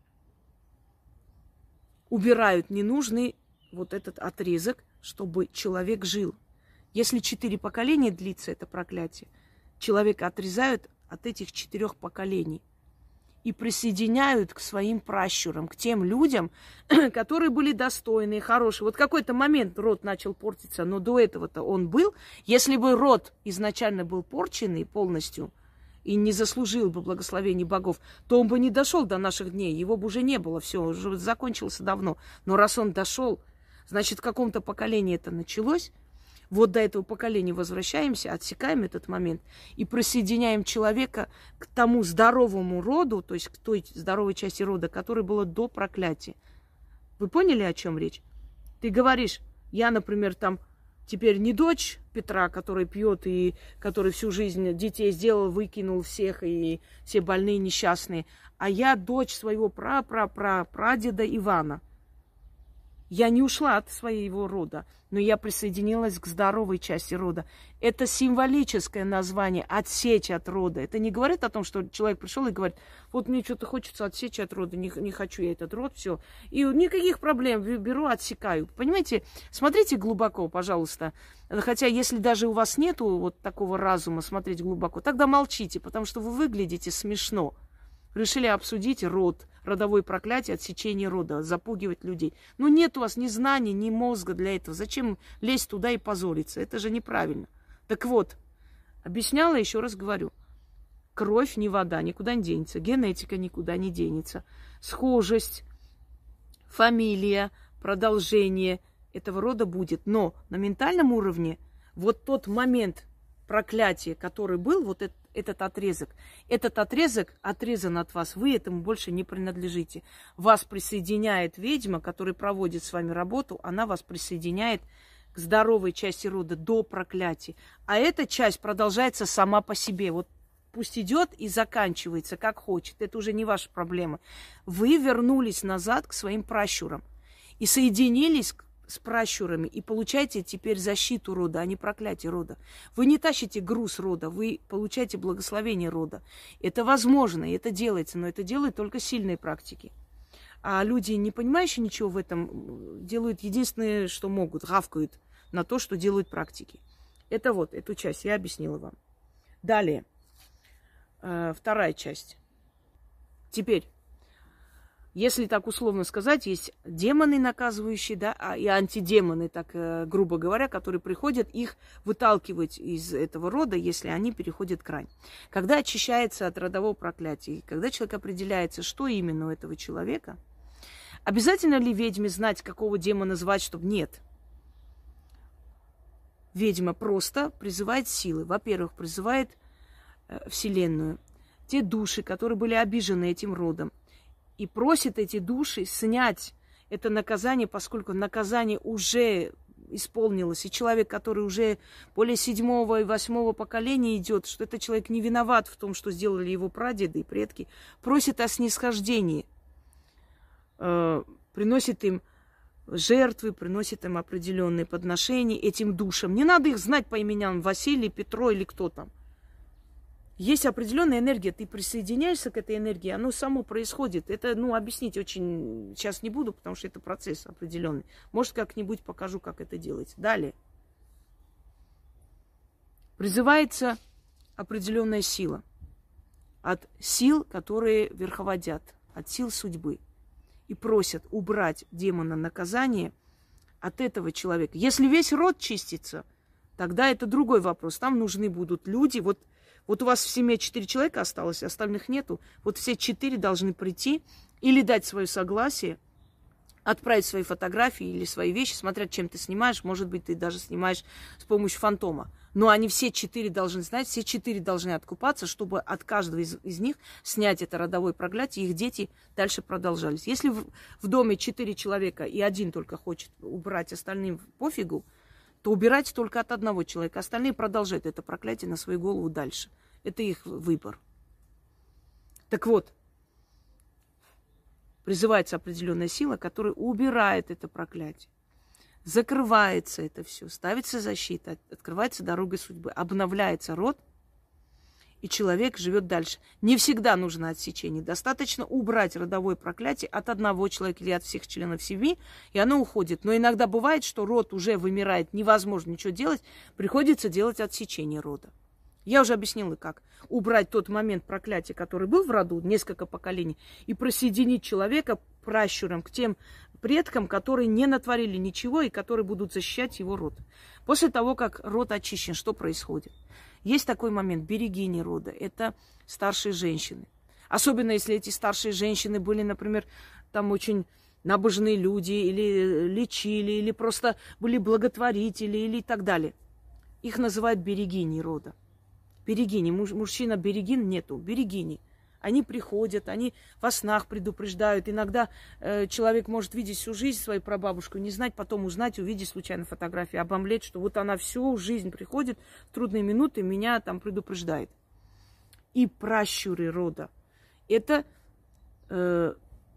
Убирают ненужный вот этот отрезок, чтобы человек жил. Если четыре поколения длится это проклятие, человека отрезают от этих четырех поколений и присоединяют к своим пращурам, к тем людям, которые были достойные, хорошие. Вот какой-то момент род начал портиться, но до этого-то он был. Если бы род изначально был порченный полностью и не заслужил бы благословений богов, то он бы не дошел до наших дней, его бы уже не было, все, уже закончился давно. Но раз он дошел, значит, в каком-то поколении это началось. Вот до этого поколения возвращаемся, отсекаем этот момент и присоединяем человека к тому здоровому роду, то есть к той здоровой части рода, которая была до проклятия. Вы поняли, о чем речь? Ты говоришь, я, например, там теперь не дочь Петра, который пьет и который всю жизнь детей сделал, выкинул всех и все больные, несчастные, а я дочь своего пра-пра-пра-прадеда Ивана. Я не ушла от своего рода, но я присоединилась к здоровой части рода. Это символическое название «отсечь от рода». Это не говорит о том, что человек пришел и говорит, вот мне что-то хочется отсечь от рода, не, не хочу я этот род, все. И никаких проблем, беру, отсекаю. Понимаете, смотрите глубоко, пожалуйста. Хотя если даже у вас нету вот такого разума смотреть глубоко, тогда молчите, потому что вы выглядите смешно. Решили обсудить род, родовое проклятие, отсечение рода, запугивать людей. Ну, нет у вас ни знаний, ни мозга для этого. Зачем лезть туда и позориться? Это же неправильно. Так вот, объясняла, еще раз говорю. Кровь не вода, никуда не денется. Генетика никуда не денется. Схожесть, фамилия, продолжение этого рода будет. Но на ментальном уровне вот тот момент проклятия, который был, вот этот, этот отрезок, этот отрезок отрезан от вас, вы этому больше не принадлежите. Вас присоединяет ведьма, которая проводит с вами работу, она вас присоединяет к здоровой части рода до проклятия. А эта часть продолжается сама по себе. Вот пусть идет и заканчивается, как хочет. Это уже не ваша проблема. Вы вернулись назад к своим пращурам и соединились с пращурами и получаете теперь защиту рода, а не проклятие рода. Вы не тащите груз рода, вы получаете благословение рода. Это возможно, и это делается, но это делают только сильные практики. А люди, не понимающие ничего в этом, делают единственное, что могут, гавкают на то, что делают практики. Это вот, эту часть я объяснила вам. Далее, вторая часть. Теперь, если так условно сказать, есть демоны наказывающие, да, и антидемоны, так э, грубо говоря, которые приходят их выталкивать из этого рода, если они переходят грань. Когда очищается от родового проклятия, когда человек определяется, что именно у этого человека, обязательно ли ведьме знать, какого демона звать, чтобы нет? Ведьма просто призывает силы. Во-первых, призывает э, Вселенную, те души, которые были обижены этим родом, и просит эти души снять это наказание, поскольку наказание уже исполнилось. И человек, который уже более седьмого и восьмого поколения идет, что этот человек не виноват в том, что сделали его прадеды и предки, просит о снисхождении, э, приносит им жертвы, приносит им определенные подношения этим душам. Не надо их знать по именам Василий, Петро или кто там. Есть определенная энергия, ты присоединяешься к этой энергии, оно само происходит. Это, ну, объяснить очень сейчас не буду, потому что это процесс определенный. Может, как-нибудь покажу, как это делается. Далее. Призывается определенная сила от сил, которые верховодят, от сил судьбы. И просят убрать демона наказания от этого человека. Если весь род чистится, тогда это другой вопрос. Там нужны будут люди. Вот Вот у вас в семье четыре человека осталось, остальных нету. Вот все четыре должны прийти или дать свое согласие, отправить свои фотографии или свои вещи, смотря чем ты снимаешь. Может быть, ты даже снимаешь с помощью фантома. Но они все четыре должны знать, все четыре должны откупаться, чтобы от каждого из, из них снять это родовое проклятие, и их дети дальше продолжались. Если в, в доме четыре человека и один только хочет убрать, остальным пофигу, то убирать только от одного человека. Остальные продолжают это проклятие на свою голову дальше. Это их выбор. Так вот, призывается определенная сила, которая убирает это проклятие. Закрывается это все, ставится защита, открывается дорога судьбы, обновляется род, и человек живет дальше. Не всегда нужно отсечение. Достаточно убрать родовое проклятие от одного человека или от всех членов семьи, и оно уходит. Но иногда бывает, что род уже вымирает, невозможно ничего делать, приходится делать отсечение рода. Я уже объяснила, как убрать тот момент проклятия, который был в роду, несколько поколений, и присоединить человека пращуром к тем предкам, которые не натворили ничего и которые будут защищать его род. После того, как род очищен, что происходит? Есть такой момент, берегини рода, это старшие женщины. Особенно, если эти старшие женщины были, например, там очень набожные люди, или лечили, или просто были благотворители, или так далее. Их называют берегини рода. Берегини. Муж, мужчина берегин нету, берегини. Они приходят, они во снах предупреждают. Иногда э, человек может видеть всю жизнь свою прабабушку, не знать, потом узнать, увидеть случайно фотографии, обомлеть, что вот она всю жизнь приходит, в трудные минуты меня там предупреждает. И пращуры рода. Это э,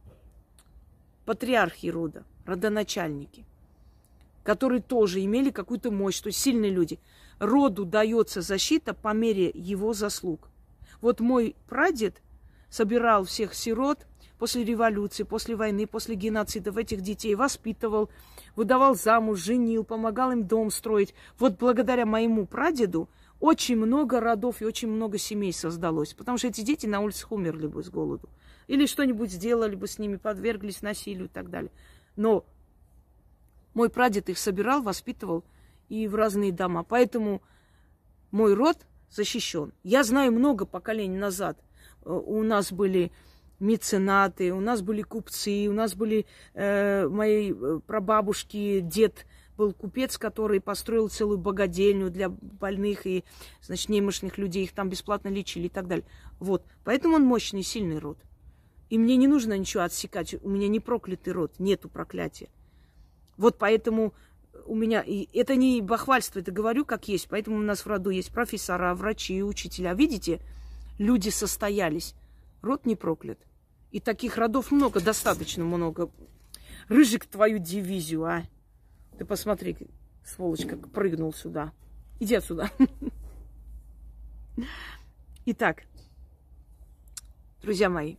патриархи рода, родоначальники, которые тоже имели какую-то мощь, то есть сильные люди. Роду дается защита по мере его заслуг. Вот мой прадед собирал всех сирот после революции, после войны, после геноцидов этих детей, воспитывал, выдавал замуж, женил, помогал им дом строить. Вот благодаря моему прадеду очень много родов и очень много семей создалось, потому что эти дети на улицах умерли бы с голоду. Или что-нибудь сделали бы с ними, подверглись насилию и так далее. Но мой прадед их собирал, воспитывал и в разные дома. Поэтому мой род защищен. Я знаю много поколений назад. У нас были меценаты, у нас были купцы, у нас были э, мои прабабушки, дед был купец, который построил целую богадельню для больных и, значит, немощных людей, их там бесплатно лечили и так далее. Вот. Поэтому он мощный, сильный род. И мне не нужно ничего отсекать. У меня не проклятый род, нету проклятия. Вот поэтому у меня... И это не бахвальство, это говорю как есть. Поэтому у нас в роду есть профессора, врачи, учителя. Видите, люди состоялись. Род не проклят. И таких родов много, достаточно много. Рыжик, твою дивизию, а! Ты посмотри, сволочь, как прыгнул сюда. Иди отсюда. Итак, друзья мои,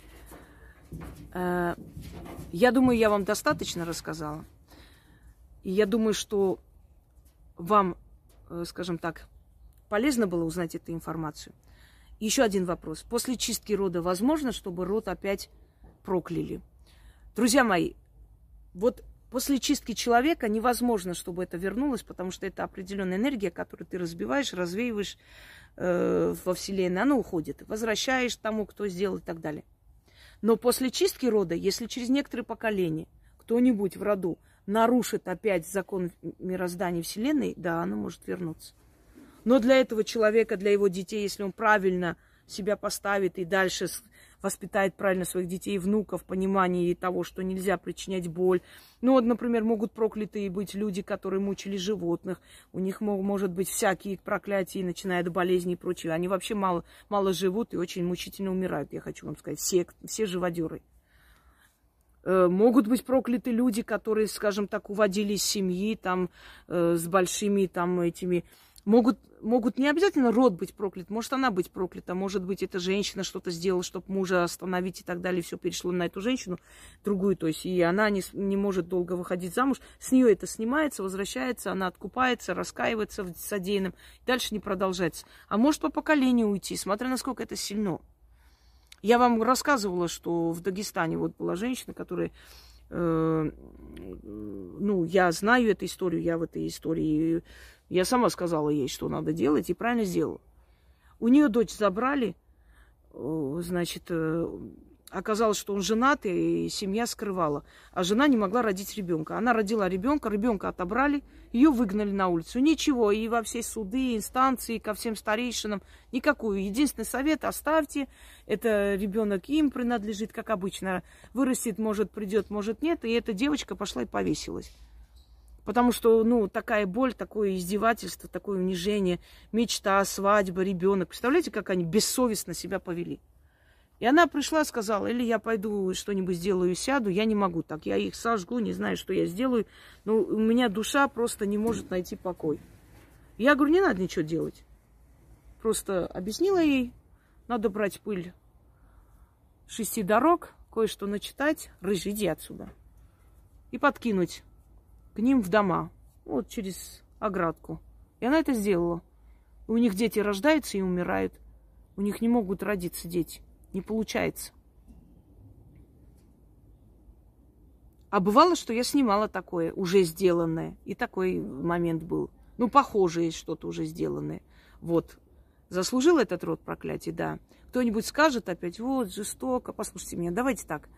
я думаю, я вам достаточно рассказала. И я думаю, что вам, скажем так, полезно было узнать эту информацию. Еще один вопрос. После чистки рода возможно, чтобы род опять прокляли? Друзья мои, вот после чистки человека невозможно, чтобы это вернулось, потому что это определенная энергия, которую ты разбиваешь, развеиваешь э, во Вселенной. Она уходит. Возвращаешь тому, кто сделал и так далее. Но после чистки рода, если через некоторые поколения кто-нибудь в роду нарушит опять закон мироздания Вселенной, да, оно может вернуться. Но для этого человека, для его детей, если он правильно себя поставит и дальше воспитает правильно своих детей и внуков в понимании того, что нельзя причинять боль. Ну, вот, например, могут проклятые быть люди, которые мучили животных. У них может быть всякие проклятия, начиная от болезней и прочего. Они вообще мало, мало живут и очень мучительно умирают, я хочу вам сказать. Все, все живодеры. Могут быть прокляты люди, которые, скажем так, уводили из семьи там, э, с большими там этими... Могут, могут не обязательно род быть проклят, может она быть проклята, может быть эта женщина что-то сделала, чтобы мужа остановить и так далее, все перешло на эту женщину, другую, то есть и она не, не может долго выходить замуж, с нее это снимается, возвращается, она откупается, раскаивается в содеянном, дальше не продолжается. А может по поколению уйти, смотря насколько это сильно. Я вам рассказывала, что в Дагестане вот была женщина, которая, э, ну, я знаю эту историю, я в этой истории... Я сама сказала ей, что надо делать, и правильно сделала. У нее дочь забрали, значит, оказалось, что он женат, и семья скрывала. А жена не могла родить ребенка. Она родила ребенка, ребенка отобрали, ее выгнали на улицу. Ничего, и во все суды, инстанции, ко всем старейшинам, никакую. Единственный совет: оставьте, это ребенок им принадлежит, как обычно. Вырастет, может, придет, может, нет. И эта девочка пошла и повесилась. Потому что, ну, такая боль, такое издевательство, такое унижение, мечта, свадьба, ребенок. Представляете, как они бессовестно себя повели? И она пришла, сказала: или я пойду что-нибудь сделаю и сяду, я не могу так. Я их сожгу, не знаю, что я сделаю. Но у меня душа просто не может найти покой. Я говорю: не надо ничего делать. Просто объяснила ей, надо брать пыль шести дорог, кое-что начитать, рыжий, иди отсюда. И подкинуть к ним в дома, вот через оградку. И она это сделала. У них дети рождаются и умирают. У них не могут родиться дети. Не получается. А бывало, что я снимала такое, уже сделанное. И такой момент был. Ну, похожее что-то уже сделанное. Вот. Заслужил этот род проклятий, да. Кто-нибудь скажет опять: вот, жестоко. Послушайте меня, давайте так.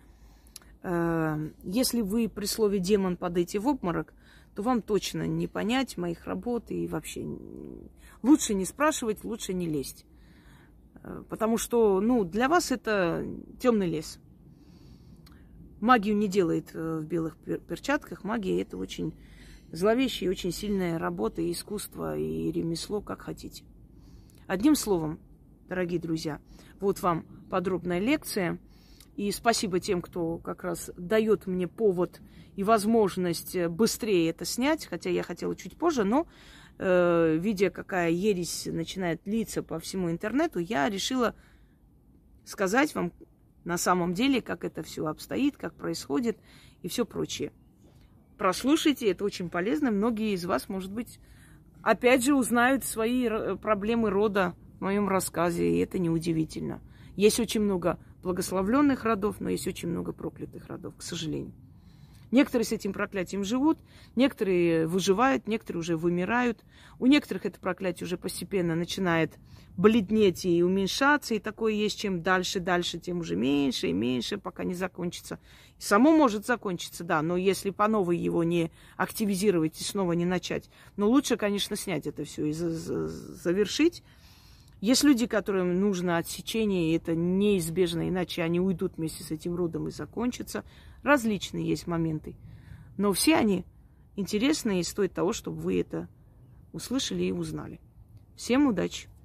Если вы при слове демон падаете в обморок, то вам точно не понять моих работ и вообще лучше не спрашивать, лучше не лезть. Потому что, ну, для вас это темный лес. Магию не делает в белых перчатках. Магия — это очень зловещая и очень сильная работа, и искусство, и ремесло, как хотите. Одним словом, дорогие друзья, вот вам подробная лекция. И спасибо тем, кто как раз дает мне повод и возможность быстрее это снять, хотя я хотела чуть позже, но э, видя, какая ересь начинает литься по всему интернету, я решила сказать вам на самом деле, как это все обстоит, как происходит и все прочее. Прослушайте, это очень полезно. Многие из вас, может быть, опять же узнают свои проблемы рода в моем рассказе, и это неудивительно. Есть очень много благословленных родов, но есть очень много проклятых родов, к сожалению. Некоторые с этим проклятием живут, некоторые выживают, некоторые уже вымирают. У некоторых это проклятие уже постепенно начинает бледнеть и уменьшаться, и такое есть. Чем дальше, дальше, тем уже меньше и меньше, пока не закончится. И само может закончиться, да, но если по новой его не активизировать и снова не начать, но лучше, конечно, снять это все и завершить. Есть люди, которым нужно отсечение, и это неизбежно, иначе они уйдут вместе с этим родом и закончатся. Различные есть моменты. Но все они интересны и стоят того, чтобы вы это услышали и узнали. Всем удачи!